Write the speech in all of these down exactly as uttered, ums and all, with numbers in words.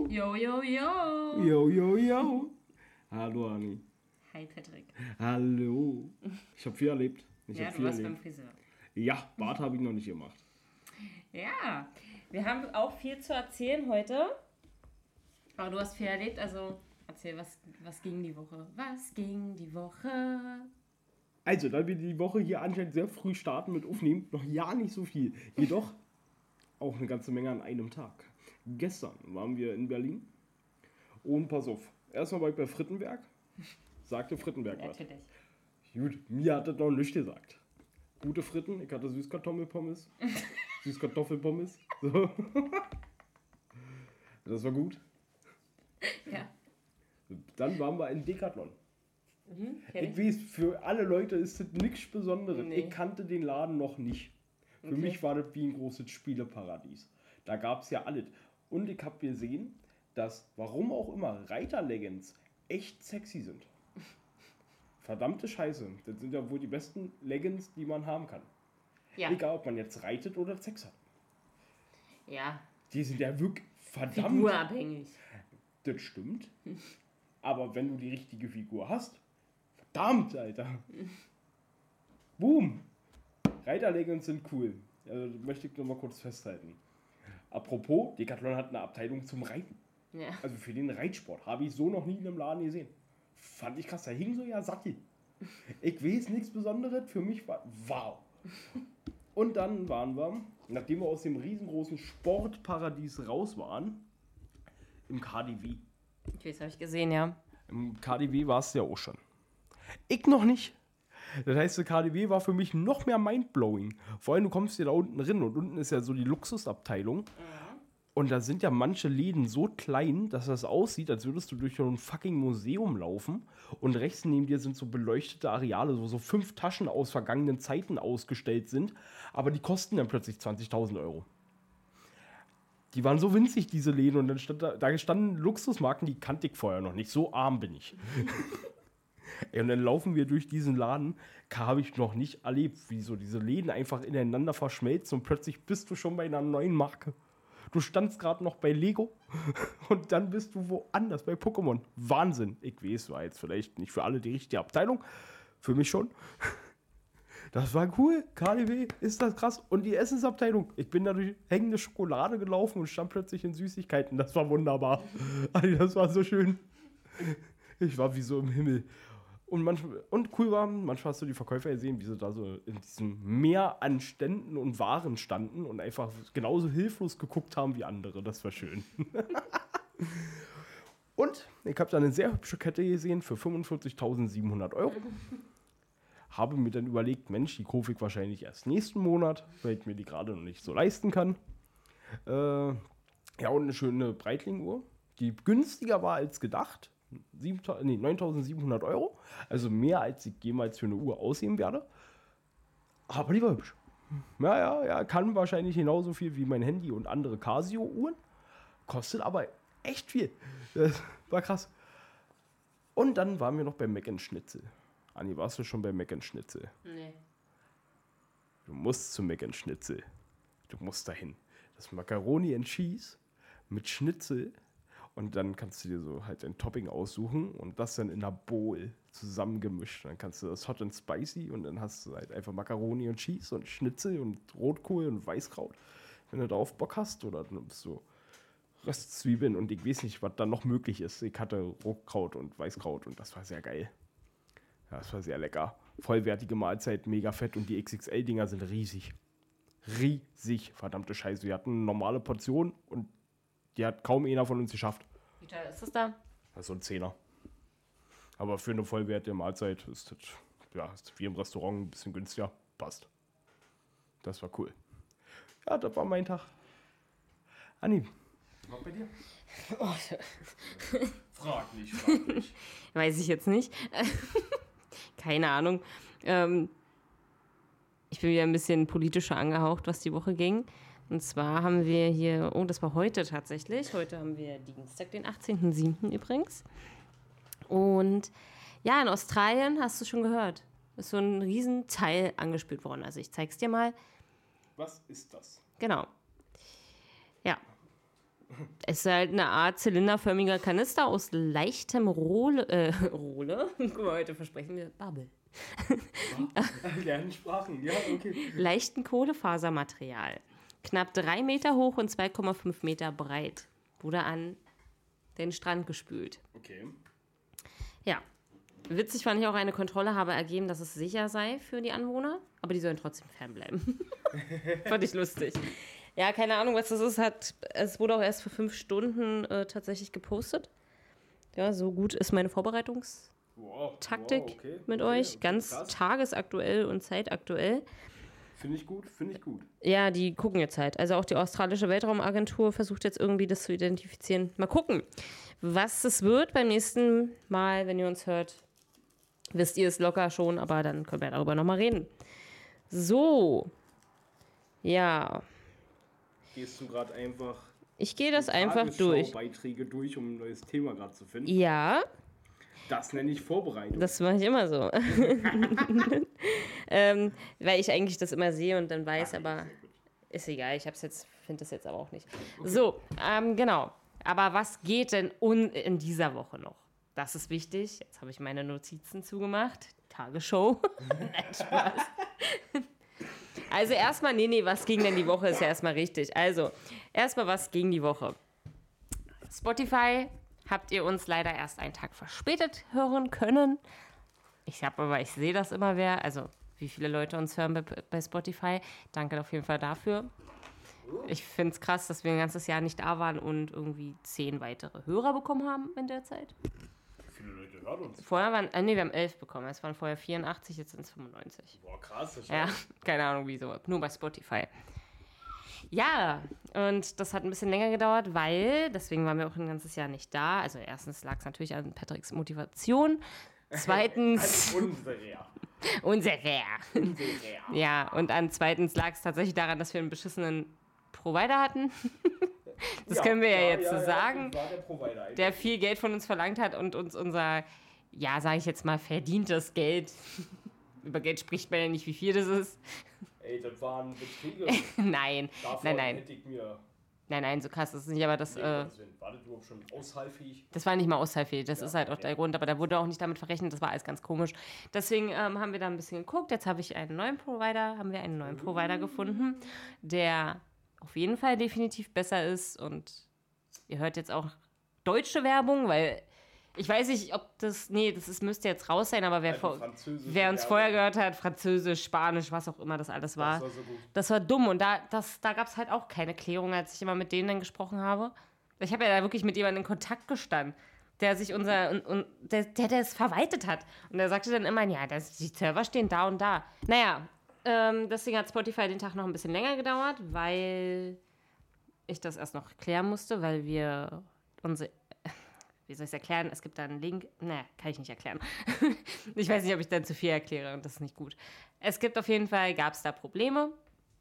Yo, yo, yo. Yo, yo, yo. Hallo, Anni. Hi, Patrick. Hallo. Ich habe viel erlebt. Ich ja, hab du viel warst erlebt. beim Friseur. Ja, Bart habe ich noch nicht gemacht. Ja, wir haben auch viel zu erzählen heute. Aber du hast viel erlebt, also erzähl, was, was ging die Woche? Was ging die Woche? Also, da wir die Woche hier anscheinend sehr früh starten mit Aufnehmen, noch ja nicht so viel. Jedoch auch eine ganze Menge an einem Tag. Gestern waren wir in Berlin und pass auf, erstmal war ich bei Frittenberg. Sagte Frittenberg was. Natürlich. Gut, mir hat das noch nichts gesagt. Gute Fritten, ich hatte Süßkartoffelpommes. Süßkartoffelpommes. So. Das war gut. Ja. Dann waren wir in Decathlon. Mhm, Ich weiß, für alle Leute ist das nichts Besonderes. Nee. Ich kannte den Laden noch nicht. Für Okay. mich war das wie ein großes Spieleparadies. Da gab es ja alles. Und ich habe gesehen, dass, warum auch immer, Reiter-Leggings echt sexy sind. Verdammte Scheiße. Das sind ja wohl die besten Leggings, die man haben kann. Ja. Egal, ob man jetzt reitet oder Sex hat. Ja. Die sind ja wirklich verdammt... Figurabhängig. Das stimmt. Aber wenn du die richtige Figur hast, verdammt, Alter. Boom. Reiterleggings sind cool. Also, das möchte ich nur mal kurz festhalten. Apropos, Decathlon hat eine Abteilung zum Reiten. Ja. Also für den Reitsport. Habe ich so noch nie in einem Laden gesehen. Fand ich krass. Da hing so ja Sattel. Ich weiß nichts Besonderes. Für mich war wow. Und dann waren wir, nachdem wir aus dem riesengroßen Sportparadies raus waren, im K D W. Okay, das habe ich gesehen, ja. Im K D W war es ja auch schon. Ich noch nicht. Das heißt, der K D W war für mich noch mehr mindblowing. Vor allem, du kommst hier da unten rein und unten ist ja so die Luxusabteilung. Und da sind ja manche Läden so klein, dass das aussieht, als würdest du durch so ein fucking Museum laufen. Und rechts neben dir sind so beleuchtete Areale, wo so fünf Taschen aus vergangenen Zeiten ausgestellt sind. Aber die kosten dann plötzlich zwanzigtausend Euro. Die waren so winzig, diese Läden. Und dann stand da, da standen Luxusmarken, die kannte ich vorher noch nicht. So arm bin ich. Ey, und dann laufen wir durch diesen Laden. Habe ich noch nicht erlebt, wie so diese Läden einfach ineinander verschmelzen. Und plötzlich bist du schon bei einer neuen Marke. Du standst gerade noch bei Lego und dann bist du woanders, bei Pokémon. Wahnsinn. Ich weiß, war jetzt vielleicht nicht für alle die richtige Abteilung. Für mich schon. Das war cool. K D W, ist das krass. Und die Essensabteilung. Ich bin da durch hängende Schokolade gelaufen und stand plötzlich in Süßigkeiten. Das war wunderbar. Das war so schön. Ich war wie so im Himmel. Und, manchmal, und cool war, manchmal hast du die Verkäufer gesehen, wie sie da so in diesem Meer an Ständen und Waren standen und einfach genauso hilflos geguckt haben wie andere. Das war schön. Und ich habe da eine sehr hübsche Kette gesehen für fünfundvierzigtausendsiebenhundert Euro. Habe mir dann überlegt, Mensch, die kaufe ich wahrscheinlich erst nächsten Monat, weil ich mir die gerade noch nicht so leisten kann. Äh, ja, und eine schöne Breitling-Uhr, die günstiger war als gedacht. neuntausendsiebenhundert Euro, also mehr als ich jemals für eine Uhr aussehen werde. Aber die war hübsch. Ja, ja, ja, kann wahrscheinlich genauso viel wie mein Handy und andere Casio-Uhren. Kostet aber echt viel. Das war krass. Und dann waren wir noch beim Mac and Schnitzel. Anni, warst du schon beim Mac and Schnitzel? Nee. Du musst zum Mac and Schnitzel. Du musst dahin. Das Macaroni and Cheese mit Schnitzel. Und dann kannst du dir so halt ein Topping aussuchen und das dann in einer Bowl zusammengemischt. Dann kannst du das Hot and Spicy und dann hast du halt einfach Macaroni und Cheese und Schnitzel und Rotkohl und Weißkraut. Wenn du darauf Bock hast, oder dann nimmst du Röstzwiebeln und ich weiß nicht, was da noch möglich ist. Ich hatte Rotkraut und Weißkraut und das war sehr geil. Ja, das war sehr lecker. Vollwertige Mahlzeit, mega fett und die X X L-Dinger sind riesig. Riesig, verdammte Scheiße. Wir hatten eine normale Portion und die hat kaum einer von uns geschafft. Wie teuer ist das da? Das ist so ein Zehner. Aber für eine vollwertige Mahlzeit ist das, ja, ist wie im Restaurant ein bisschen günstiger. Passt. Das war cool. Ja, das war mein Tag. Anni, was bei dir? Oh, Frag nicht, frag nicht. weiß ich jetzt nicht. Keine Ahnung. Ähm, ich bin wieder ein bisschen politischer angehaucht, was die Woche ging. Und zwar haben wir hier, oh, das war heute tatsächlich. Heute haben wir Dienstag, den achtzehnten siebten übrigens. Und ja, in Australien, hast du schon gehört, ist so ein Riesenteil angespült worden. Also ich zeig's dir mal. Was ist das? Genau. Ja. Es ist halt eine Art zylinderförmiger Kanister aus leichtem Rohle. Äh, Rohle? Guck mal, heute versprechen wir Bubble. Lernen Sprachen, ja, okay. Leichten Kohlefasermaterial. Knapp drei Meter hoch und zwei Komma fünf Meter breit. Wurde an den Strand gespült. Okay. Ja. Witzig fand ich auch, eine Kontrolle habe ergeben, dass es sicher sei für die Anwohner, aber die sollen trotzdem fernbleiben. Fand ich lustig. Ja, keine Ahnung, was das ist. Hat, es wurde auch erst vor fünf Stunden äh, tatsächlich gepostet. Ja, so gut ist meine Vorbereitungstaktik wow, wow, okay. mit okay, euch. Ganz krass. tagesaktuell und zeitaktuell. Finde ich gut, finde ich gut. Ja, die gucken jetzt halt. Also auch die australische Weltraumagentur versucht jetzt irgendwie das zu identifizieren. Mal gucken, was es wird beim nächsten Mal, wenn ihr uns hört. Wisst ihr es locker schon, aber dann können wir darüber nochmal reden. So. Ja. Gehst du gerade einfach Ich gehe das die einfach durch. Tagesschau-Beiträge durch, um ein neues Thema gerade zu finden? Ja, Das nenne ich Vorbereitung. das mache ich immer so. ähm, weil ich eigentlich das immer sehe und dann weiß, aber ist egal. Ich hab's jetzt, finde das jetzt aber auch nicht. So, ähm, genau. Aber was geht denn un in dieser Woche noch? Das ist wichtig. Jetzt habe ich meine Notizen zugemacht. Tagesschau. Nein, Spaß. Also erstmal, nee, nee, was ging denn die Woche, ist ja erstmal richtig. Also, erstmal was ging die Woche. Spotify habt ihr uns leider erst einen Tag verspätet hören können. Ich habe aber, ich sehe das immer wer, also wie viele Leute uns hören bei, bei Spotify. Danke auf jeden Fall dafür. Ich finde es krass, dass wir ein ganzes Jahr nicht da waren und irgendwie zehn weitere Hörer bekommen haben in der Zeit. Wie viele Leute hören uns? Vorher waren, äh, nee, wir haben elf bekommen. Es waren vorher vierundachtzig, jetzt sind es fünfundneunzig. Boah, krass. Das ist Ja, keine Ahnung wieso. Nur bei Spotify. Ja, und das hat ein bisschen länger gedauert, weil, deswegen waren wir auch ein ganzes Jahr nicht da. Also erstens lag es natürlich an Patricks Motivation. Zweitens... Unsere. Unsere. Ja, und an zweitens lag es tatsächlich daran, dass wir einen beschissenen Provider hatten. Das Ja, können wir ja, ja, jetzt ja, so ja, sagen. das war der Provider eigentlich. Der viel Geld von uns verlangt hat und uns unser, ja, sage ich jetzt mal, verdientes Geld, über Geld spricht man ja nicht, wie viel das ist. Ey, das waren Beträge. Nein, Davon nein, nein, hätte ich mir... nein, nein, so krass ist es nicht, aber das, Nee, äh, Gottes Willen. War das überhaupt schon aushaltfähig? das war nicht mal auszahlfähig, das Ja, ist halt auch okay. der Grund, aber da wurde auch nicht damit verrechnet, das war alles ganz komisch. Deswegen ähm, haben wir da ein bisschen geguckt, jetzt habe ich einen neuen Provider, haben wir einen neuen Provider gefunden, der auf jeden Fall definitiv besser ist und ihr hört jetzt auch deutsche Werbung, weil ich weiß nicht, ob das, nee, das ist, müsste jetzt raus sein, aber wer, Also vor, französische wer uns Werbung. vorher gehört hat, Französisch, Spanisch, was auch immer das alles war, Das war so gut. das war dumm und da, das, da gab es halt auch keine Klärung, als ich immer mit denen dann gesprochen habe. Ich habe ja da wirklich mit jemandem in Kontakt gestanden, der sich unser, und, und der, der das verwaltet hat. Und der sagte dann immer, ja, das, die Server stehen da und da. Naja, ähm, deswegen hat Spotify den Tag noch ein bisschen länger gedauert, weil ich das erst noch klären musste, weil wir unsere, wie soll ich es erklären? Es gibt da einen Link, naja, kann ich nicht erklären. Ich weiß nicht, ob ich dann zu viel erkläre und das ist nicht gut. Es gibt auf jeden Fall, gab es da Probleme,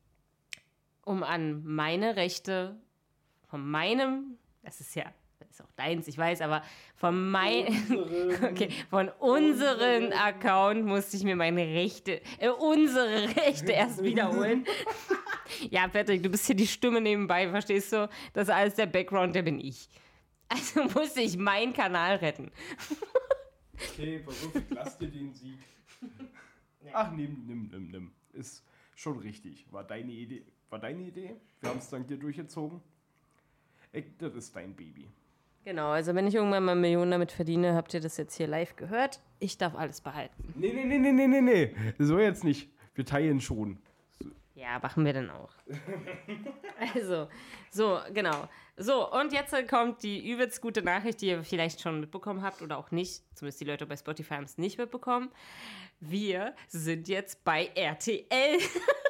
um an meine Rechte von meinem, das ist ja, das ist auch deins, ich weiß, aber von meinem, okay, von unseren Account musste ich mir meine Rechte, äh, unsere Rechte erst wiederholen. Ja, Patrick, du bist hier die Stimme nebenbei, verstehst du? Das ist alles der Background, der bin ich. Also musste ich meinen Kanal retten. Okay, pass auf, ich lass dir den Sieg. Ach, nimm, nimm, nimm, nimm. Ist schon richtig. War deine Idee. War deine Idee? Wir haben es dank dir durchgezogen. Ey, das ist dein Baby. Genau, also wenn ich irgendwann mal Millionen damit verdiene, habt ihr das jetzt hier live gehört. Ich darf alles behalten. Nee, nee, nee, nee, nee, nee, nee. So jetzt nicht. Wir teilen schon. Ja, machen wir dann auch. Also, so, genau. So, und jetzt kommt die übelst gute Nachricht, die ihr vielleicht schon mitbekommen habt oder auch nicht. Zumindest die Leute bei Spotify haben es nicht mitbekommen. Wir sind jetzt bei R T L.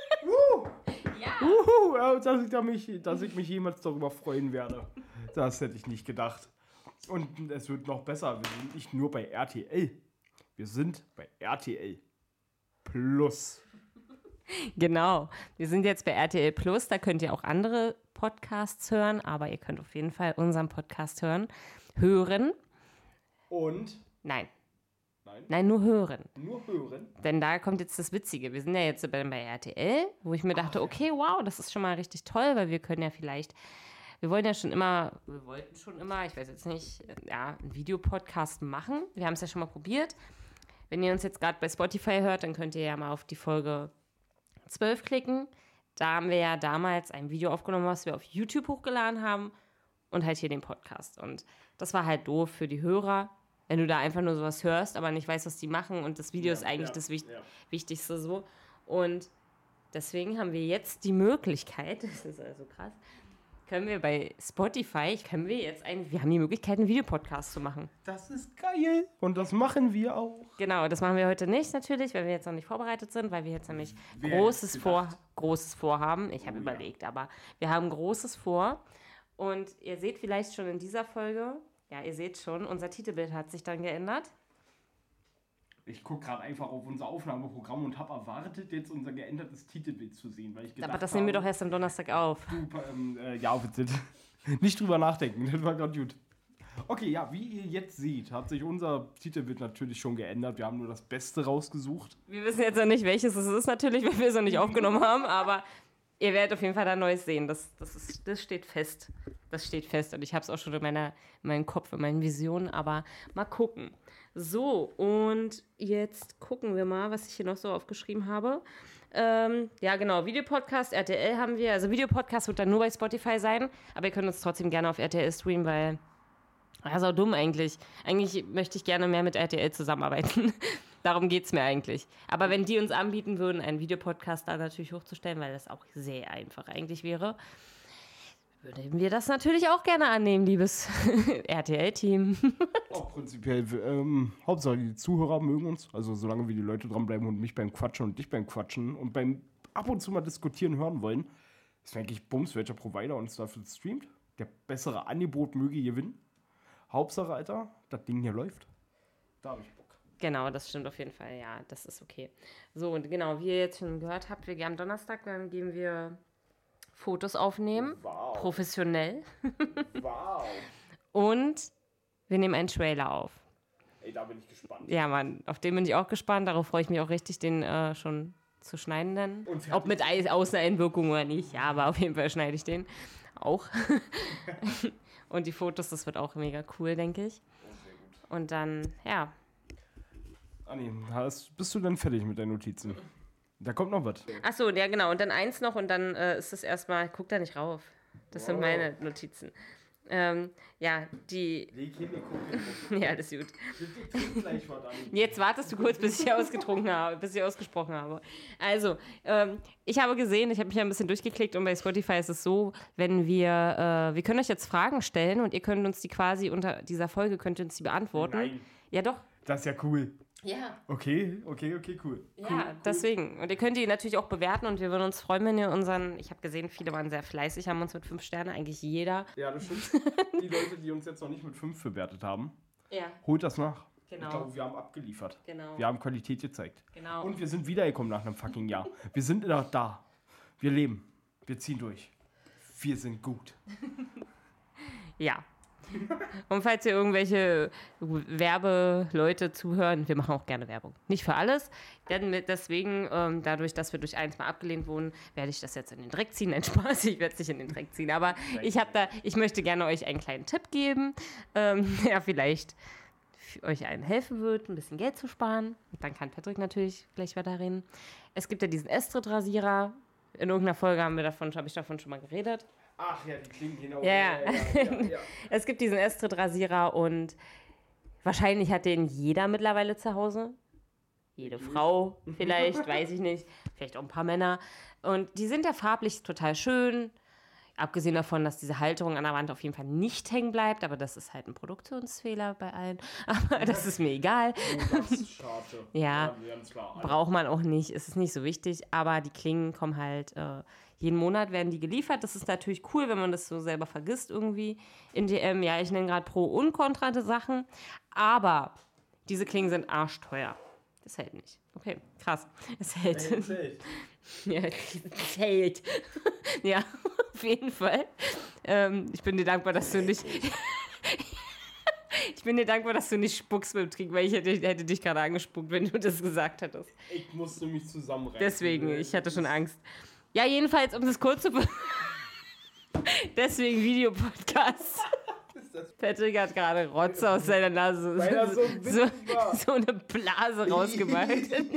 Ja. Uhu, dass ich, da mich, dass ich mich jemals darüber freuen werde. Das hätte ich nicht gedacht. Und es wird noch besser. Wir sind nicht nur bei R T L. Wir sind bei R T L Plus. Genau. Wir sind jetzt bei R T L Plus. Da könnt ihr auch andere Podcasts hören, aber ihr könnt auf jeden Fall unseren Podcast hören. Hören. Und? Nein. Nein. Nein, nur hören. Nur hören. Denn da kommt jetzt das Witzige. Wir sind ja jetzt bei, bei R T L, wo ich mir dachte, okay, wow, das ist schon mal richtig toll, weil wir können ja vielleicht wir wollen ja schon immer, wir wollten schon immer, ich weiß jetzt nicht, ja, einen Videopodcast machen. Wir haben es ja schon mal probiert. Wenn ihr uns jetzt gerade bei Spotify hört, dann könnt ihr ja mal auf die Folge zwölf klicken. Da haben wir ja damals ein Video aufgenommen, was wir auf YouTube hochgeladen haben und halt hier den Podcast. Und das war halt doof für die Hörer, wenn du da einfach nur sowas hörst, aber nicht weißt, was die machen. Und das Video Ja, ist eigentlich ja, das Wicht- ja. Wichtigste so. Und deswegen haben wir jetzt die Möglichkeit, das ist also krass, können wir bei Spotify, können wir jetzt ein, wir haben die Möglichkeit, einen Videopodcast zu machen. Das ist geil. Und das machen wir auch. Genau, das machen wir heute nicht natürlich, weil wir jetzt noch nicht vorbereitet sind, weil wir jetzt nämlich Wer großes, hätte Vor, gedacht? großes Vorhaben. Ich habe Oh, ja. überlegt, aber wir haben großes vor. Und ihr seht vielleicht schon in dieser Folge, ja, ihr seht schon, unser Titelbild hat sich dann geändert. Ich gucke gerade einfach auf unser Aufnahmeprogramm und habe erwartet, jetzt unser geändertes Titelbild zu sehen. Weil ich gedacht Aber das nehmen wir habe, doch erst am Donnerstag auf. Du, ähm, äh, ja, bitte. Nicht drüber nachdenken, das war gerade gut. Okay, ja, wie ihr jetzt seht, hat sich unser Titelbild natürlich schon geändert. Wir haben nur das Beste rausgesucht. Wir wissen jetzt noch nicht, welches es ist natürlich, weil wir es noch nicht aufgenommen haben, aber ihr werdet auf jeden Fall da Neues sehen. Das, das, ist, das steht fest. Das steht fest und ich habe es auch schon in, meiner, in meinem Kopf, in meinen Visionen, aber mal gucken. So, und jetzt gucken wir mal, was ich hier noch so aufgeschrieben habe. Ähm, ja, genau, Videopodcast, R T L haben wir. Also Videopodcast wird dann nur bei Spotify sein, aber ihr könnt uns trotzdem gerne auf R T L streamen, weil das ist auch dumm eigentlich. Eigentlich möchte ich gerne mehr mit R T L zusammenarbeiten. Darum geht es mir eigentlich. Aber wenn die uns anbieten würden, einen Videopodcast da natürlich hochzustellen, weil das auch sehr einfach eigentlich wäre, würden wir das natürlich auch gerne annehmen, liebes R T L-Team. Auch prinzipiell, ähm, Hauptsache die Zuhörer mögen uns. Also solange wir die Leute dranbleiben und mich beim Quatschen und dich beim Quatschen und beim ab und zu mal diskutieren hören wollen, ist mir eigentlich Bums, welcher Provider uns dafür streamt. Der bessere Angebot möge gewinnen. Hauptsache, Alter, das Ding hier läuft. Da habe ich Bock. Genau, das stimmt auf jeden Fall. Ja, das ist okay. So, und genau, wie ihr jetzt schon gehört habt, wir gehen am Donnerstag, dann gehen wir Fotos aufnehmen. Wow. Professionell. Wow. Und wir nehmen einen Trailer auf. Ey, da bin ich gespannt. Ja, Mann, auf den bin ich auch gespannt. Darauf freue ich mich auch richtig, den äh, schon zu schneiden dann. Und fertig. Ob mit Ei- Außeneinwirkung oder nicht. Ja, aber auf jeden Fall schneide ich den auch. Und die Fotos, das wird auch mega cool, denke ich. Sehr gut. Und dann, ja. Anni, hast, bist du denn fertig mit deinen Notizen? Da kommt noch was. Achso, ja genau. Und dann eins noch und dann äh, ist es erstmal, guck da nicht rauf. Das sind Wow. meine Notizen. Ähm, ja, die, Leg hin, wir gucken. ja, das ist gut. Ich trink gleich was, Anni. Jetzt wartest du kurz, bis ich ausgetrunken habe, bis ich ausgesprochen habe. Also, ähm, ich habe gesehen, ich habe mich ja ein bisschen durchgeklickt und bei Spotify ist es so, wenn wir, äh, wir können euch jetzt Fragen stellen und ihr könnt uns die quasi unter dieser Folge, könnt ihr uns die beantworten. Nein. Ja, doch. Das ist ja cool. Ja. Okay, okay, okay, cool. Ja, cool. deswegen. Und ihr könnt die natürlich auch bewerten und wir würden uns freuen, wenn ihr unseren, ich habe gesehen, viele waren sehr fleißig, haben uns mit fünf Sternen, eigentlich jeder. Ja, das stimmt. Die Leute, die uns jetzt noch nicht mit fünf bewertet haben, Ja, holt das nach. Genau. Ich glaube, wir haben abgeliefert. genau. Wir haben Qualität gezeigt. Genau. Und wir sind wiedergekommen nach einem fucking Jahr. Wir sind noch da. Wir leben. Wir ziehen durch. Wir sind gut. Ja. Und falls ihr irgendwelche Werbeleute zuhören, wir machen auch gerne Werbung. Nicht für alles, denn mit deswegen, ähm, dadurch, dass wir durch eins mal abgelehnt wurden, werde ich das jetzt in den Dreck ziehen. Nein, Spaß, ich werde es nicht in den Dreck ziehen. Aber ich habe da, ich möchte gerne euch einen kleinen Tipp geben, ähm, der vielleicht für euch allen helfen wird, ein bisschen Geld zu sparen. Und dann kann Patrick natürlich gleich weiterreden. Es gibt ja diesen Estrid-Rasierer. In irgendeiner Folge haben wir davon, habe ich davon schon mal geredet. Ach ja, die klingen genau. Ja. ja, ja, ja. Es gibt diesen Estrid-Rasierer und wahrscheinlich hat den jeder mittlerweile zu Hause. Jede Frau vielleicht, weiß ich nicht. Vielleicht auch ein paar Männer. Und die sind ja farblich total schön. Abgesehen davon, dass diese Halterung an der Wand auf jeden Fall nicht hängen bleibt. Aber das ist halt ein Produktionsfehler bei allen. Aber das ist mir egal. Oh, das ist schade. Ja. ganz klar. Braucht man auch nicht, es ist nicht so wichtig, aber die Klingen kommen halt, äh, jeden Monat werden die geliefert. Das ist natürlich cool, wenn man das so selber vergisst irgendwie in D M. Ja, ich nenne gerade Pro- und Kontra Sachen, aber diese Klingen sind arschteuer. Das hält nicht. Okay, krass. Es hält. Ja, es hält. Ja, auf jeden Fall. Ähm, ich bin dir dankbar, dass du nicht... Ich bin dir dankbar, dass du nicht spuckst beim Trinken, weil ich hätte, hätte dich gerade angespuckt, wenn du das gesagt hättest. Ich musste mich zusammenreißen. Deswegen, ich hatte schon Angst. Ja, jedenfalls, um das kurz zu... Deswegen Videopodcast. Patrick hat gerade Rotze aus seiner Nase. Weil er so so, witzig war. so eine Blase rausgemacht.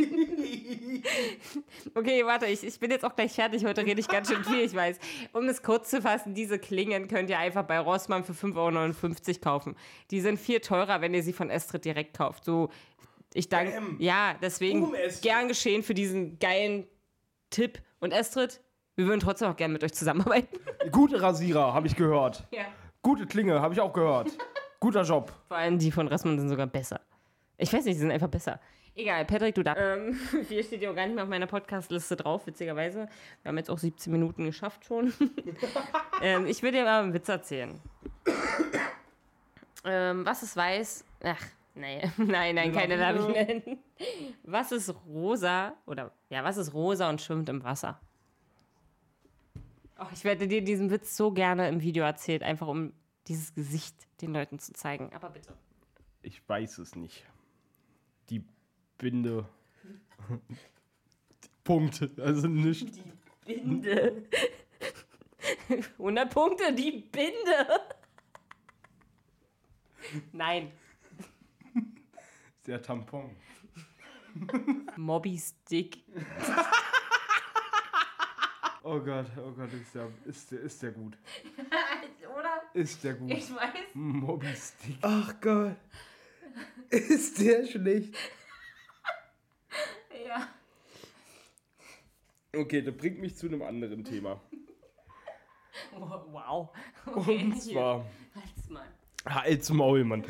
Okay, warte, ich, ich bin jetzt auch gleich fertig. Heute rede ich ganz schön viel, ich weiß. Um es kurz zu fassen, diese Klingen könnt ihr einfach bei Rossmann für fünf Euro neunundfünfzig kaufen. Die sind viel teurer, wenn ihr sie von Estrid direkt kauft. So, ich danke. Bam. Ja, deswegen Boom, Estrid. gern geschehen für diesen geilen Tipp. Und Estrid, wir würden trotzdem auch gerne mit euch zusammenarbeiten. Gute Rasierer, habe ich gehört. Ja. Gute Klinge, habe ich auch gehört. Guter Job. Vor allem die von Rossmann sind sogar besser. Ich weiß nicht, die sind einfach besser. Egal, Patrick, du da. Ähm, viel steht ja auch gar nicht mehr auf meiner Podcast-Liste drauf, witzigerweise. Wir haben jetzt auch siebzehn Minuten geschafft schon. ähm, ich will dir mal einen Witz erzählen. ähm, was ist weiß? Ach, nein, nein, nein, keine Lawine. Was ist rosa? Oder, ja, was ist rosa und schwimmt im Wasser? Oh, ich werde dir diesen Witz so gerne im Video erzählt, einfach um dieses Gesicht den Leuten zu zeigen. Aber bitte. Ich weiß es nicht. Die Binde. Punkt. Also nicht. Die Binde. hundert Punkte, die Binde. Nein. Der Tampon. Mobby Stick. Oh Gott, oh Gott, ist der, ist der, ist der gut. Oder? Ist der gut. Ich weiß. Mobby Stick. Ach Gott. Ist der schlecht. Ja. Okay, das bringt mich zu einem anderen Thema. Wow. Okay, Und zwar. Halt's mal. Halt's Maul, Mann.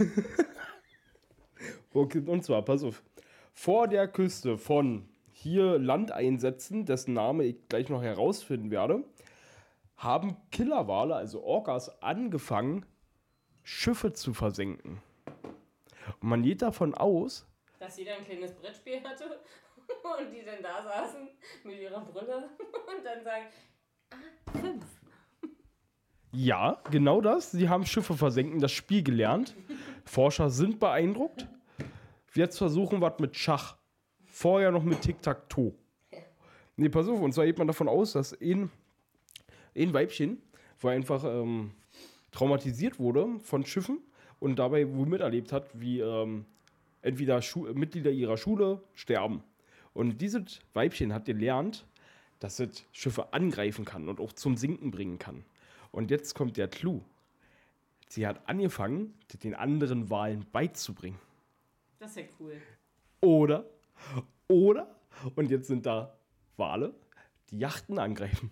Okay, und zwar, pass auf. Vor der Küste von hier Landeinsätzen, dessen Name ich gleich noch herausfinden werde, haben Killerwale, also Orcas, angefangen, Schiffe zu versenken. Und man geht davon aus, Dass jeder ein kleines Brettspiel hatte und die dann da saßen mit ihrer Brille und dann sagen, ah, fünf. ja, genau das. Sie haben Schiffe versenken, das Spiel gelernt. Forscher sind beeindruckt. Jetzt versuchen wir es mit Schach. Vorher noch mit Tic-Tac-Toe. Nee, pass auf, und zwar geht man davon aus, dass ein, ein Weibchen, wo einfach ähm, traumatisiert wurde von Schiffen und dabei wohl miterlebt hat, wie ähm, entweder Schu- Mitglieder ihrer Schule sterben. Und dieses Weibchen hat gelernt, dass es Schiffe angreifen kann und auch zum Sinken bringen kann. Und jetzt kommt der Clou. Sie hat angefangen, das den anderen Walen beizubringen. Das ist ja cool. Oder, oder, und jetzt sind da Wale, die Yachten angreifen.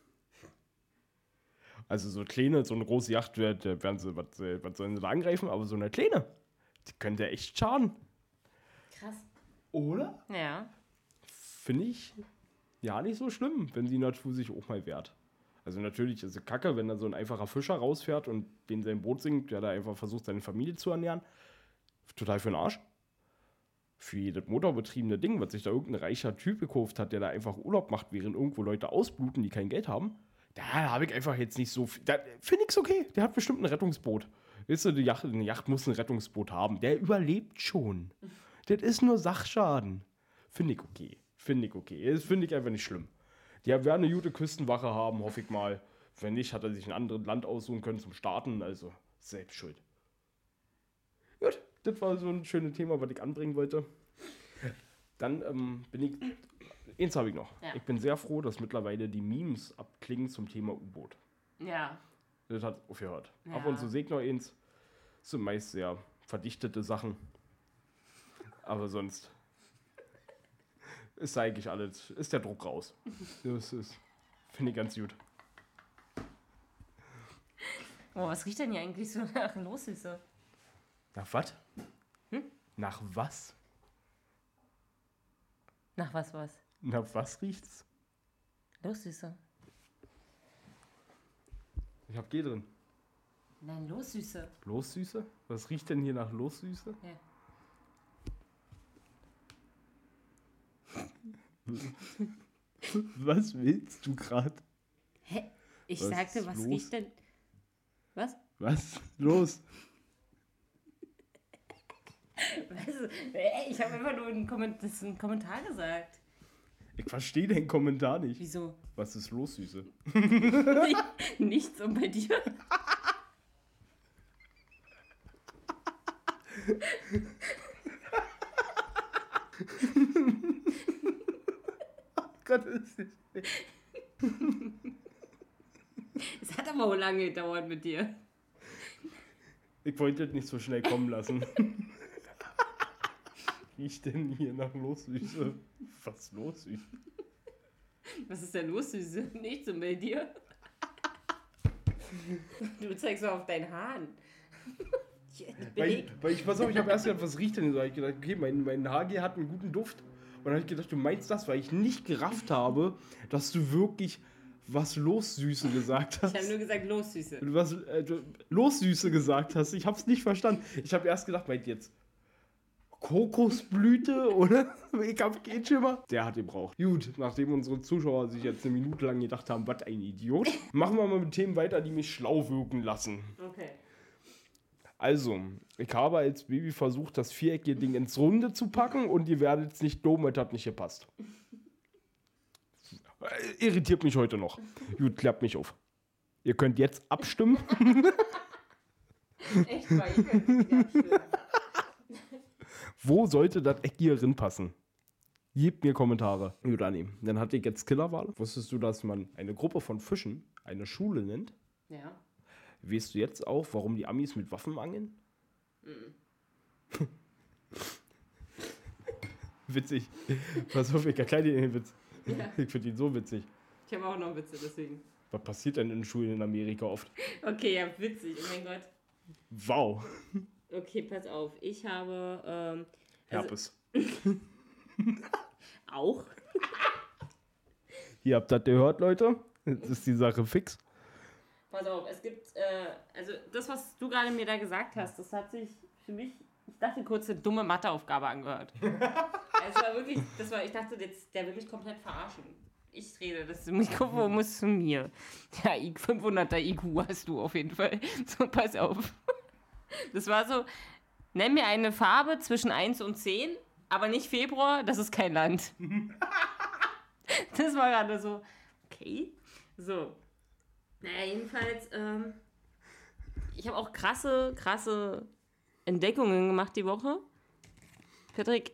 Also so kleine, so eine große Yacht, wird- werden sie, was, was sollen sie da angreifen? Aber so eine kleine, die könnte echt schaden. Krass. Oder? Ja. Finde ich ja nicht so schlimm, wenn die Natur sich auch mal wehrt. Also natürlich ist es kacke, wenn da so ein einfacher Fischer rausfährt und den sein Boot sinkt, der da einfach versucht, seine Familie zu ernähren. Total für den Arsch. Für jedes motorbetriebene Ding, was sich da irgendein reicher Typ gekauft hat, der da einfach Urlaub macht, während irgendwo Leute ausbluten, die kein Geld haben, da habe ich einfach jetzt nicht so viel. Da finde ich's okay. Der hat bestimmt ein Rettungsboot. Weißt du, die Yacht, eine Yacht muss ein Rettungsboot haben. Der überlebt schon. Das ist nur Sachschaden. Finde ich okay. Finde ich okay. Das finde ich einfach nicht schlimm. Die werden eine gute Küstenwache haben, hoffe ich mal. Wenn nicht, hat er sich ein anderes Land aussuchen können zum Starten. Also selbst schuld. Gut, das war so ein schönes Thema, was ich anbringen wollte. Dann ähm, bin ich. Eins habe ich noch. Ja. Ich bin sehr froh, dass mittlerweile die Memes abklingen zum Thema U-Boot. Ja. Das hat aufgehört. Ja. Ab und zu sehe ich noch eins. Das sind meist sehr verdichtete Sachen. Aber sonst ist eigentlich alles. Ist der Druck raus. Das ist. Finde ich ganz gut. Oh, was riecht denn hier eigentlich so nach Lossüße? Nach was? Hm? Nach was? Nach was was? Nach was riecht's? Lossüße. Ich hab G drin. Nein, Lossüße. Lossüße? Was riecht denn hier nach Lossüße? Ja. Was willst du gerade? Hä? Ich Was sagte, ist was los? riecht denn. Was? Was? Los? Weißt du, ey, ich habe einfach nur einen, Komment das ist ein Kommentar gesagt. Ich verstehe den Kommentar nicht. Wieso? Was ist los, Süße? Nichts und bei dir? Gott, ist nicht. Es hat aber auch lange gedauert mit dir. Ich wollte das nicht so schnell kommen lassen. Riecht denn hier nach los, Süße? Was ist los, Süße? Was ist denn los, Süße? Nichts und bei dir? Du zeigst so auf deinen Haaren. Weil ich, weil ich, pass auf, ich habe erst gedacht, was riecht denn so? Ich gedacht, okay, mein, mein Haargel hat einen guten Duft. Und dann habe ich gedacht, du meinst das, weil ich nicht gerafft habe, dass du wirklich was los, Süße gesagt hast. Ich habe nur gesagt, los, Süße. Du was äh, du, los, Süße gesagt hast. Ich habe es nicht verstanden. Ich habe erst gedacht, meint jetzt Kokosblüte oder? Ich hab keinen Schimmer. Der hat gebraucht. Gut, nachdem unsere Zuschauer sich jetzt eine Minute lang gedacht haben, was ein Idiot, machen wir mal mit Themen weiter, die mich schlau wirken lassen. Okay. Also, ich habe als Baby versucht, das viereckige Ding ins Runde zu packen und ihr werdet es nicht dumm, es hat nicht gepasst. Irritiert mich heute noch. Gut, klappt mich auf. Ihr könnt jetzt abstimmen. Echt mal, ich könnte nicht abstimmen. Wo sollte das Eck hier drin passen? Gebt mir Kommentare. Gut, Anni, dann hatte ich jetzt Killerwahl. Wusstest du, dass man eine Gruppe von Fischen eine Schule nennt? Ja. Weißt du jetzt auch, warum die Amis mit Waffen angeln? Mhm. Witzig. Pass auf, ich erkläre dir den Witz. Ja. Ich finde ihn so witzig. Ich habe auch noch Witze, deswegen. Was passiert denn in Schulen in Amerika oft? Okay, ja, witzig. Oh mein Gott. Wow. Okay, pass auf. Ich habe... Ähm, also Herpes. Auch? Ihr habt das gehört, Leute. Jetzt ist die Sache fix. Pass auf, es gibt... Äh, also das, was du gerade mir da gesagt hast, das hat sich für mich... Ich dachte kurz eine dumme Matheaufgabe angehört. Es war wirklich... Das war, ich dachte, jetzt, der will mich komplett verarschen. Ich rede, das Mikrofon muss zu mir. Ja, fünfhunderter I Q hast du auf jeden Fall. So, pass auf. Das war so, nenn mir eine Farbe zwischen eins und zehn, aber nicht Februar, das ist kein Land. Das war gerade so, okay. So. Naja, jedenfalls, ähm, ich habe auch krasse, krasse Entdeckungen gemacht die Woche. Patrick.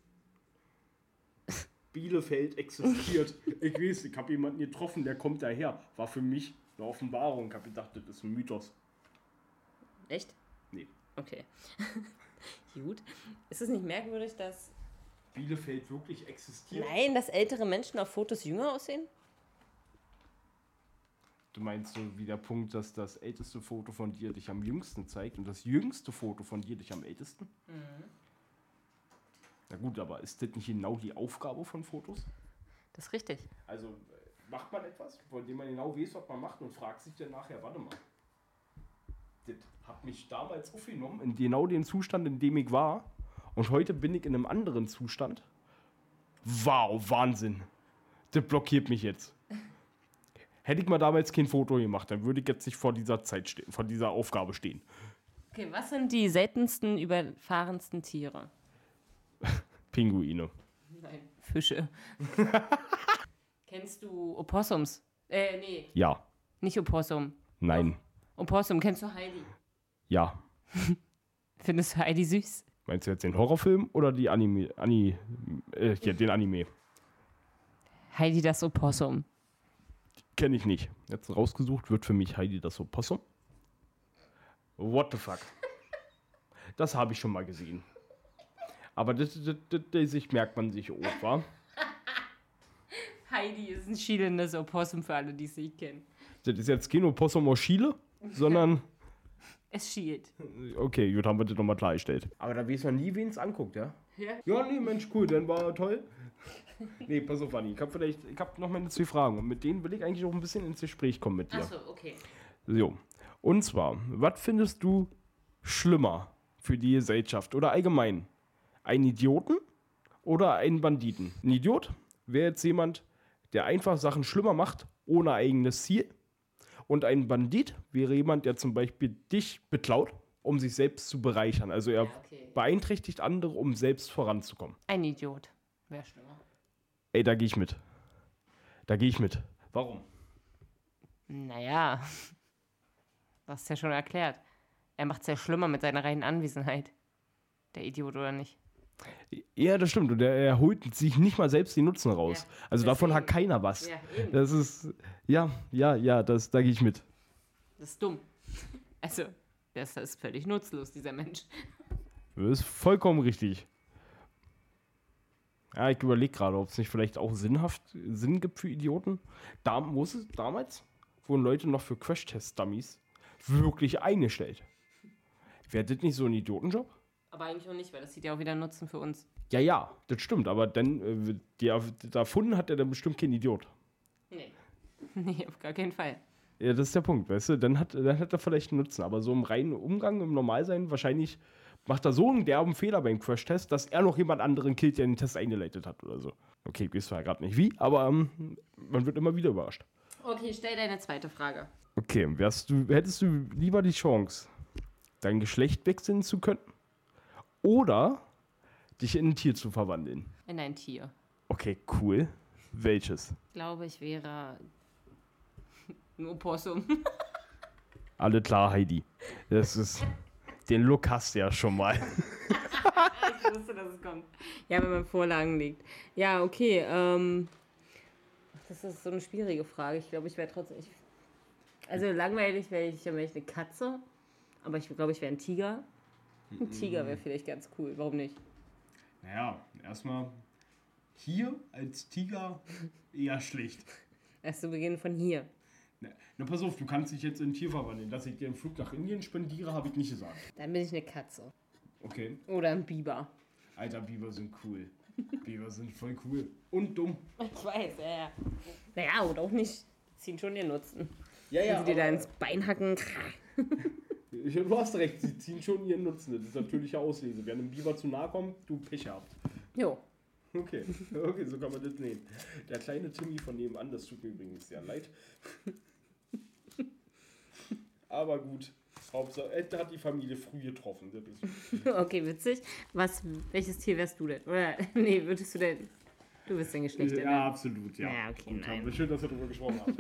Bielefeld existiert. Ich weiß, ich habe jemanden getroffen, der kommt daher. War für mich eine Offenbarung. Ich habe gedacht, das ist ein Mythos. Echt? Nee. Okay. Gut. Ist es nicht merkwürdig, dass... Bielefeld wirklich existiert? Nein, dass ältere Menschen auf Fotos jünger aussehen? Du meinst so wie der Punkt, dass das älteste Foto von dir dich am jüngsten zeigt und das jüngste Foto von dir dich am ältesten? Mhm. Na gut, aber ist das nicht genau die Aufgabe von Fotos? Das ist richtig. Also macht man etwas, von dem man genau weiß, was man macht und fragt sich dann nachher, warte mal. Das hat mich damals aufgenommen, in genau dem Zustand, in dem ich war. Und heute bin ich in einem anderen Zustand. Wow, Wahnsinn. Das blockiert mich jetzt. Hätte ich mal damals kein Foto gemacht, dann würde ich jetzt nicht vor dieser Zeit stehen, vor dieser Aufgabe stehen. Okay, was sind die seltensten, überfahrensten Tiere? Pinguine. Nein, Fische. Kennst du Opossums? Äh, nee. Ja. Nicht Opossum. Nein. Doch. Opossum, kennst du Heidi? Ja. Findest du Heidi süß? Meinst du jetzt den Horrorfilm oder die Anime? Ani, äh, ja, den Anime. Heidi das Opossum. Kenne ich nicht. Jetzt rausgesucht wird für mich Heidi das Opossum. What the fuck? Das habe ich schon mal gesehen. Aber das, das, das, das merkt man sich auch, wa? Heidi ist ein schielendes Opossum für alle, die es nicht kennen. Das ist jetzt kein Opossum aus Chile, sondern... Es schielt. Okay, gut, haben wir das nochmal klargestellt. Aber da weiß man nie, wen es anguckt, ja? Ja. Ja, nee, Mensch, cool, dann war toll. Nee, pass auf, Anni, ich habe vielleicht, ich habe noch mal zwei Fragen und mit denen will ich eigentlich auch ein bisschen ins Gespräch kommen mit dir. Achso, okay. So, und zwar, was findest du schlimmer für die Gesellschaft oder allgemein? Einen Idioten oder einen Banditen? Ein Idiot wäre jetzt jemand, der einfach Sachen schlimmer macht, ohne eigenes Ziel. Und ein Bandit wäre jemand, der zum Beispiel dich beklaut, um sich selbst zu bereichern. Also er ja, okay. beeinträchtigt andere, um selbst voranzukommen. Ein Idiot wäre schlimmer. Ey, da gehe ich mit. Da gehe ich mit. Warum? Naja, du hast ja schon erklärt. Er macht es ja schlimmer mit seiner reinen Anwesenheit. Der Idiot, oder nicht? Ja, das stimmt. Und er, er holt sich nicht mal selbst die Nutzen raus. Ja, also davon deswegen. hat keiner was. Ja, eben. Das ist, ja, ja, ja, das, da gehe ich mit. Das ist dumm. Also, das ist völlig nutzlos, dieser Mensch. Das ist vollkommen richtig. Ja, ich überlege gerade, ob es nicht vielleicht auch sinnhaft Sinn gibt für Idioten. Da muss es, damals wurden Leute noch für Crash-Test-Dummies wirklich eingestellt. Wäre das nicht so ein Idiotenjob? Aber eigentlich auch nicht, weil das sieht ja auch wieder Nutzen für uns. Ja, ja, das stimmt. Aber dann, äh, der, der erfunden hat er dann bestimmt kein Idiot. Nee. Nee, auf gar keinen Fall. Ja, das ist der Punkt, weißt du? Dann hat, dann hat er vielleicht einen Nutzen. Aber so im reinen Umgang, im Normalsein, wahrscheinlich macht er so einen derben Fehler beim Crash-Test, dass er noch jemand anderen killt, der den Test eingeleitet hat oder so. Okay, ich weiß zwar gerade nicht wie, aber ähm, man wird immer wieder überrascht. Okay, stell deine zweite Frage. Okay, wärst du, hättest du lieber die Chance, dein Geschlecht wechseln zu können oder dich in ein Tier zu verwandeln? In ein Tier. Okay, cool. Welches? Ich glaube, ich wäre ein Opossum. Alle klar, Heidi. Das ist, den Look hast du ja schon mal. Ich wusste, dass es kommt. Ja, wenn man Vorlagen liegt. Ja, okay. Ähm, das ist so eine schwierige Frage. Ich glaube, ich wäre trotzdem... Ich, also langweilig wäre ich, wär ich eine Katze. Aber ich glaube, ich wäre ein Tiger. Ein Tiger wäre vielleicht ganz cool. Warum nicht? Naja, erstmal hier als Tiger eher schlecht. Erst zu Beginn von hier. Na, na, pass auf, du kannst dich jetzt in ein Tier verwandeln. Dass ich dir einen Flug nach Indien spendiere, habe ich nicht gesagt. Dann bin ich eine Katze. Okay. Oder ein Biber. Alter, Biber sind cool. Biber sind voll cool. Und dumm. Ich weiß, ja, ja. Naja, oder auch nicht. Die ziehen schon ihren Nutzen. Ja, Wenn sie dir da ins Bein hacken. Du hast recht, sie ziehen schon ihren Nutzen. Das ist natürliche Auslese. Wer einem Biber zu nahe kommt, du Pech habt. Jo. Okay, okay, so kann man das nehmen. Der kleine Timmy von nebenan, das tut mir übrigens sehr leid. Aber gut, Hauptsache, äh, da hat die Familie früh getroffen. Das ist Okay, witzig. Was, welches Tier wärst du denn? Oder, nee, würdest du denn... Du bist dein Geschlecht, ja, ne? absolut, ja. Ja, okay, Gut, nein. haben wir schön, dass wir darüber gesprochen haben.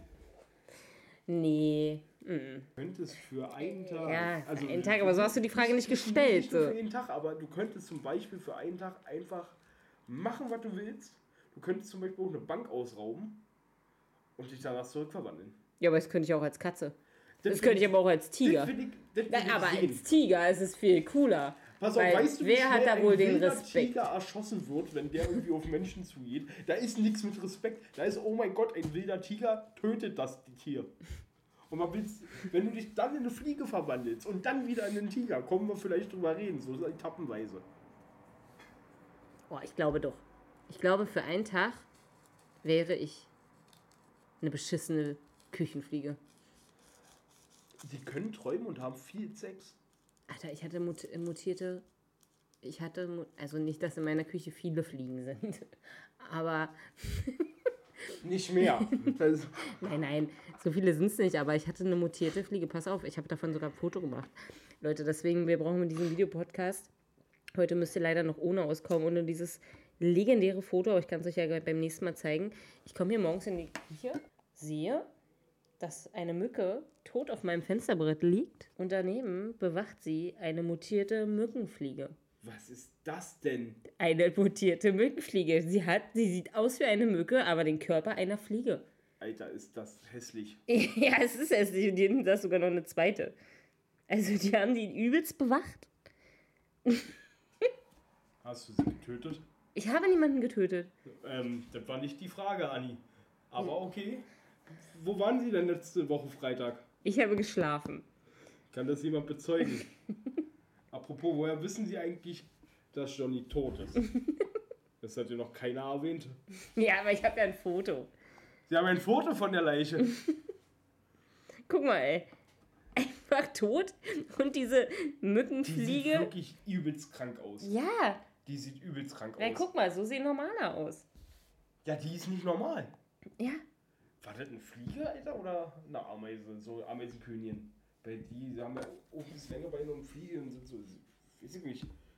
Nee. Mm. Könntest für einen Tag... Ja, also einen Tag, aber so hast du die Frage nicht gestellt. Nicht nur So. für einen Tag, aber du könntest zum Beispiel für einen Tag einfach machen, was du willst. Du könntest zum Beispiel auch eine Bank ausrauben und dich danach zurückverwandeln. Ja, aber das könnte ich auch als Katze. Das könnte ich aber auch als Tiger. Das will ich, das will Na, ich aber sehen. als Tiger ist es viel cooler. Pass auf, Weil weißt du, wie wer hat schnell da wohl ein den wilder Respekt? Tiger erschossen wird, wenn der irgendwie auf Menschen zugeht? Da ist nichts mit Respekt. Da ist, oh mein Gott, ein wilder Tiger tötet das Tier. Und man will's, wenn du dich dann in eine Fliege verwandelst und dann wieder in einen Tiger, kommen wir vielleicht drüber reden, so etappenweise. Oh, ich glaube doch. Ich glaube, für einen Tag wäre ich eine beschissene Küchenfliege. Die können träumen und haben viel Sex. Alter, ich hatte mut mutierte... Ich hatte... Mu also nicht, dass in meiner Küche viele Fliegen sind. Aber... Nicht mehr. Das Nein, nein, so viele sind es nicht, aber ich hatte eine mutierte Fliege. Pass auf, ich habe davon sogar ein Foto gemacht. Leute, deswegen, wir brauchen mit diesem Videopodcast. Heute müsst ihr leider noch ohne auskommen, ohne dieses legendäre Foto, aber ich kann es euch ja beim nächsten Mal zeigen. Ich komme hier morgens in die Küche, sehe, dass eine Mücke tot auf meinem Fensterbrett liegt und daneben bewacht sie eine mutierte Mückenfliege. Was ist das denn? Eine mutierte Mückenfliege. Sie hat, sie sieht aus wie eine Mücke, aber den Körper einer Fliege. Alter, ist das hässlich. Ja, es ist hässlich und die haben das sogar noch eine zweite. Also die haben die übelst bewacht. Hast du sie getötet? Ich habe niemanden getötet. Ähm, das war nicht die Frage, Anni. Aber okay. Wo waren Sie denn letzte Woche Freitag? Ich habe geschlafen. Kann das jemand bezeugen? Apropos, woher wissen Sie eigentlich, dass Johnny tot ist? Das hat ja noch keiner erwähnt. Ja, aber ich habe ja ein Foto. Sie haben ein Foto von der Leiche. Guck mal, ey. Einfach tot und diese Die sieht Mückenfliege. wirklich übelst krank aus. Ja. Die sieht übelst krank Na, aus. guck mal, so sehen normaler aus. Ja, die ist nicht normal. Ja. War das eine Fliege, Alter, oder eine Ameise? So Ameisenkönigin. Weil die haben ja oben das Länge bei so einem Fliege und sind so, weiß ich nicht.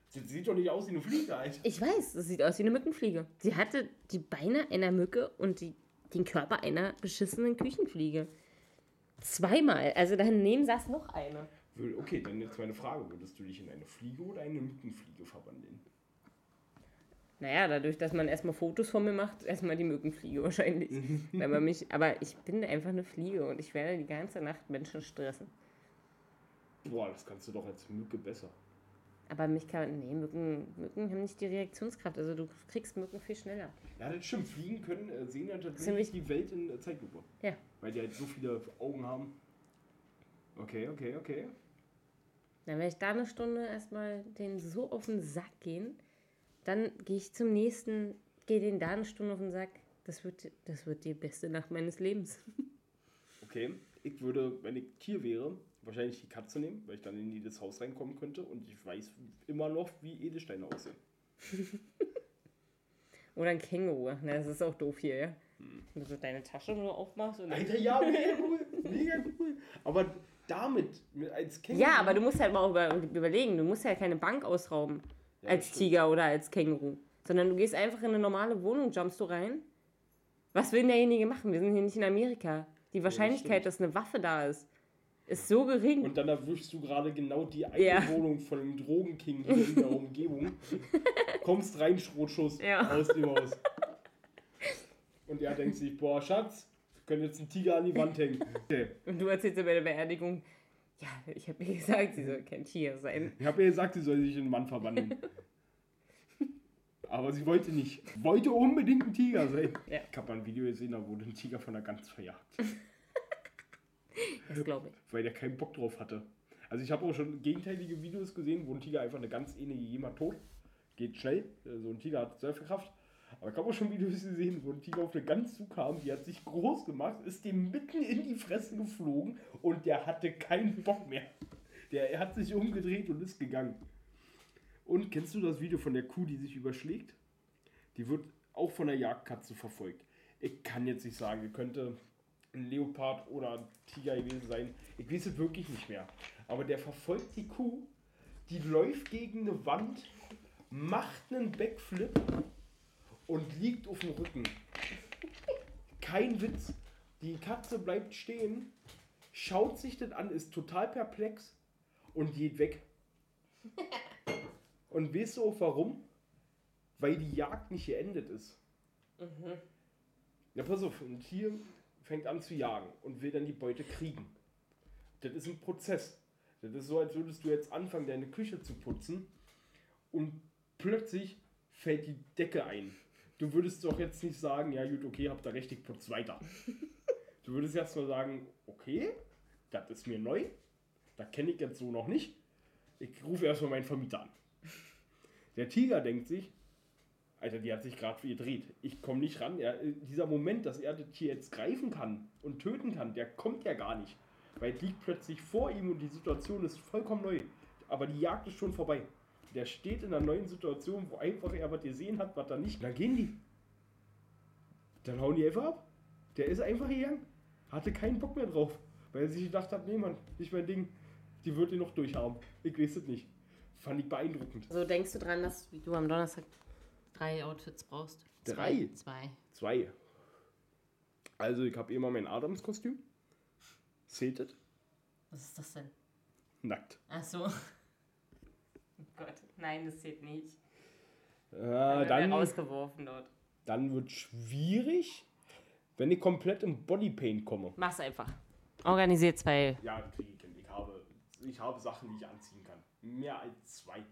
Das sieht doch nicht aus wie eine Fliege, Alter. Ich weiß, das sieht aus wie eine Mückenfliege. Sie hatte die Beine einer Mücke und die, den Körper einer beschissenen Küchenfliege. Zweimal. Also daneben saß noch eine. Okay, dann jetzt meine Frage. Würdest du dich in eine Fliege oder eine Mückenfliege verwandeln? Naja, dadurch, dass man erstmal Fotos von mir macht, erstmal die Mückenfliege wahrscheinlich. Weil man mich, aber ich bin einfach eine Fliege und ich werde die ganze Nacht Menschen stressen. Boah, das kannst du doch als Mücke besser. Aber mich kann, nee, Mücken, Mücken haben nicht die Reaktionskraft. Also du kriegst Mücken viel schneller. Ja, das stimmt. Fliegen können, äh, sehen ja tatsächlich Ziemlich- die Welt in äh, Zeitlupe. Ja. Weil die halt so viele Augen haben. Okay, okay, okay. Dann werde ich da eine Stunde erstmal den so auf den Sack gehen. Dann gehe ich zum nächsten, gehe den da eine Stunde auf den Sack. Das wird, das wird die beste Nacht meines Lebens. Okay, ich würde, wenn ich Tier wäre, wahrscheinlich die Katze nehmen, weil ich dann in jedes Haus reinkommen könnte und ich weiß immer noch, wie Edelsteine aussehen. Oder ein Känguru. Na, das ist auch doof hier, ja? Hm. Wenn du so deine Tasche nur aufmachst und Alter, ja, mega cool, mega cool. Aber damit, mit- als Känguru... ja, aber du musst halt mal über, überlegen, du musst ja keine Bank ausrauben Ja, als stimmt. Tiger oder als Känguru. Sondern du gehst einfach in eine normale Wohnung, jumpst du rein. Was will denn derjenige machen? Wir sind hier nicht in Amerika. Die Wahrscheinlichkeit, stimmt. dass eine Waffe da ist, ist so gering. Und dann erwischst du gerade genau die eine Ja. Wohnung von dem Drogenking hier in der Umgebung. Kommst rein, Schrotschuss, Ja. aus dem Haus. Und er denkt sich, boah, Schatz, wir können jetzt einen Tiger an die Wand hängen. Okay. Und du erzählst ja bei der Beerdigung, ja, ich habe ihr gesagt, sie soll kein Tier sein. Ich habe ihr gesagt, sie soll sich in einen Mann verwandeln. Aber sie wollte nicht. Wollte unbedingt ein Tiger sein. Ja. Ich habe mal ein Video gesehen, da wurde ein Tiger von der Gans verjagt. Das glaube ich. Weil der keinen Bock drauf hatte. Also ich habe auch schon gegenteilige Videos gesehen, wo ein Tiger einfach eine Gans ähnliche jemand tot. Geht schnell. So ein Tiger hat Surferkraft. Aber ich habe auch schon Videos gesehen, wo ein Tiger auf eine Gans zukam, die hat sich groß gemacht, ist dem mitten in die Fresse geflogen und der hatte keinen Bock mehr. Der, er hat sich umgedreht und ist gegangen. Und kennst du das Video von der Kuh, die sich überschlägt? Die wird auch von der Jagdkatze verfolgt. Ich kann jetzt nicht sagen, die könnte ein Leopard oder ein Tiger gewesen sein. Ich weiß es wirklich nicht mehr. Aber der verfolgt die Kuh, die läuft gegen eine Wand, macht einen Backflip und liegt auf dem Rücken. Kein Witz. Die Katze bleibt stehen, schaut sich das an, ist total perplex und geht weg. Und weißt du auch warum? Weil die Jagd nicht geendet ist. Mhm. Ja, pass auf, ein Tier fängt an zu jagen und will dann die Beute kriegen. Das ist ein Prozess. Das ist so, als würdest du jetzt anfangen, deine Küche zu putzen und plötzlich fällt die Decke ein. Du würdest doch jetzt nicht sagen, ja gut, okay, habt ihr recht, ich putz weiter. Du würdest erst mal sagen, okay, das ist mir neu, das kenne ich jetzt so noch nicht. Ich rufe erstmal meinen Vermieter an. Der Tiger denkt sich, Alter, die hat sich gerade gedreht. Ich komme nicht ran. Er, dieser Moment, dass er das Tier jetzt greifen kann und töten kann, der kommt ja gar nicht. Weil es liegt plötzlich vor ihm und die Situation ist vollkommen neu. Aber die Jagd ist schon vorbei. Der steht in einer neuen Situation, wo einfach er was gesehen hat, was da nicht. Dann gehen die. Dann hauen die einfach ab. Der ist einfach gegangen. Hatte keinen Bock mehr drauf. Weil er sich gedacht hat, nee Mann, nicht mein Ding. Die wird ihn noch durchhaben. Ich weiß es nicht. Fand ich beeindruckend. So denkst du dran, dass du am Donnerstag drei Outfits brauchst? Drei? Zwei. Zwei. Also ich habe immer mein Adams-Kostüm. Zählt das? Was ist das denn? Nackt. Ach so. Oh Gott, nein, das zählt nicht. Äh, Dann dann rausgeworfen dort. dann wird schwierig, wenn ich komplett im Bodypaint komme. Mach's einfach. Organisiert zwei. Ja, das kriege ich hin. Ich habe, ich habe Sachen, die ich anziehen kann. Mehr als zwei.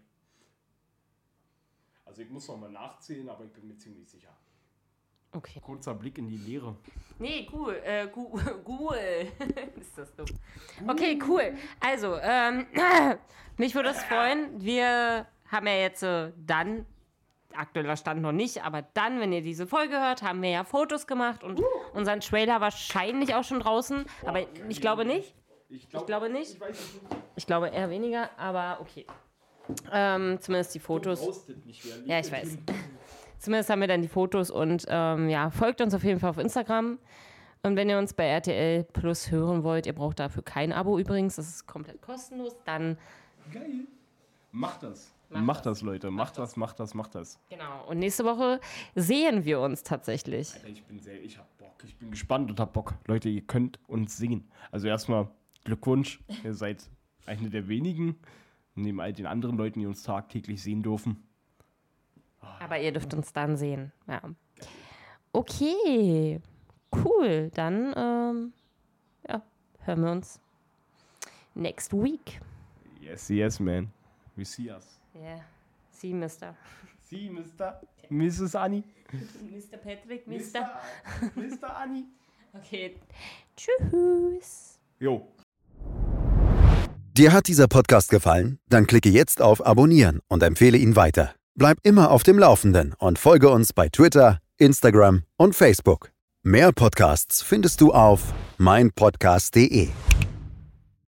Also ich muss noch mal nachzählen, aber ich bin mir ziemlich sicher. Okay. Kurzer Blick in die Leere. Nee, cool. Äh, gu cool. Ist das dumm. Okay, cool. Also, ähm, mich würde es freuen. Wir haben ja jetzt äh, dann, aktueller Stand noch nicht, aber dann, wenn ihr diese Folge hört, haben wir ja Fotos gemacht und unseren Trailer wahrscheinlich auch schon draußen. Aber ich glaube nicht. Ich, glaub, Ich glaube nicht. Ich weiß es nicht. Ich glaube eher weniger, aber okay. Ähm, zumindest die Fotos. Du brauchst das nicht mehr. Ja, ich weiß. Zumindest haben wir dann die Fotos und ähm, ja, folgt uns auf jeden Fall auf Instagram. Und wenn ihr uns bei R T L Plus hören wollt, ihr braucht dafür kein Abo übrigens, das ist komplett kostenlos, dann Geil. Mach das. Macht, macht das, das, Leute. Macht, macht das, macht das, macht das. Genau. Und nächste Woche sehen wir uns tatsächlich. Alter, ich bin sehr, ich hab Bock. Ich bin gespannt und hab Bock. Leute, ihr könnt uns sehen. Also erstmal Glückwunsch. Ihr seid eine der wenigen, neben all den anderen Leuten, die uns tagtäglich sehen dürfen. Aber ihr dürft uns dann sehen. Ja. Okay. Cool. Dann ähm, ja, hören wir uns next week. Yes, yes, man. We see us. Yeah. See, Mister See, Mister Missus Anni. Mister Patrick, Mister Mister Anni. Okay. Tschüss. Jo. Dir hat dieser Podcast gefallen? Dann klicke jetzt auf Abonnieren und empfehle ihn weiter. Bleib immer auf dem Laufenden und folge uns bei Twitter, Instagram und Facebook. Mehr Podcasts findest du auf mein podcast punkt de.